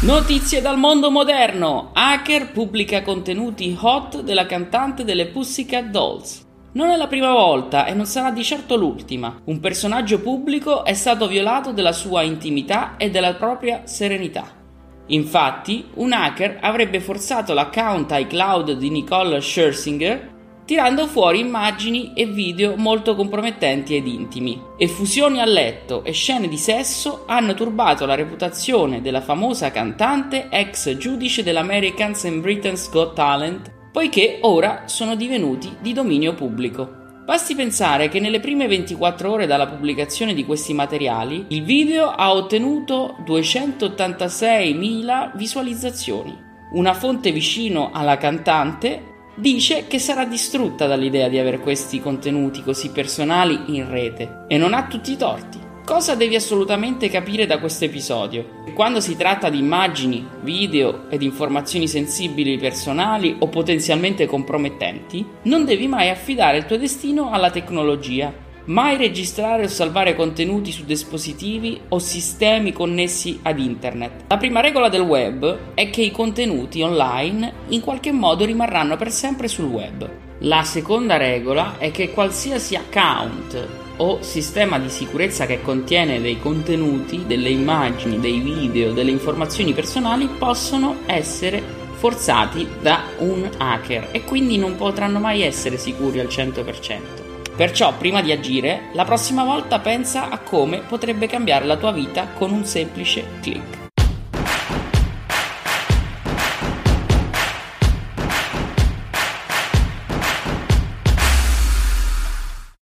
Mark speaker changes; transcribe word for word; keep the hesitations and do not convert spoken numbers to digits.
Speaker 1: Notizie dal mondo moderno. Hacker pubblica contenuti hot della cantante delle Pussycat Dolls. Non è la prima volta e non sarà di certo l'ultima. Un personaggio pubblico è stato violato della sua intimità e della propria serenità. Infatti, un hacker avrebbe forzato l'account iCloud di Nicole Scherzinger tirando fuori immagini e video molto compromettenti ed intimi. Effusioni a letto e scene di sesso hanno turbato la reputazione della famosa cantante ex giudice dell'American's and Britain's Got Talent, poiché ora sono divenuti di dominio pubblico. Basti pensare che nelle prime ventiquattro ore dalla pubblicazione di questi materiali, il video ha ottenuto duecentottantaseimila visualizzazioni. Una fonte vicino alla cantante dice che sarà distrutta dall'idea di avere questi contenuti così personali in rete e non ha tutti i torti. Cosa devi assolutamente capire da questo episodio? Quando si tratta di immagini, video ed informazioni sensibili personali o potenzialmente compromettenti, non devi mai affidare il tuo destino alla tecnologia. Mai registrare o salvare contenuti su dispositivi o sistemi connessi ad internet. La prima regola del web è che i contenuti online in qualche modo rimarranno per sempre sul web. La seconda regola è che qualsiasi account o sistema di sicurezza che contiene dei contenuti, delle immagini, dei video, delle informazioni personali possono essere forzati da un hacker e quindi non potranno mai essere sicuri al cento per cento. Perciò, prima di agire, la prossima volta pensa a come potrebbe cambiare la tua vita con un semplice click.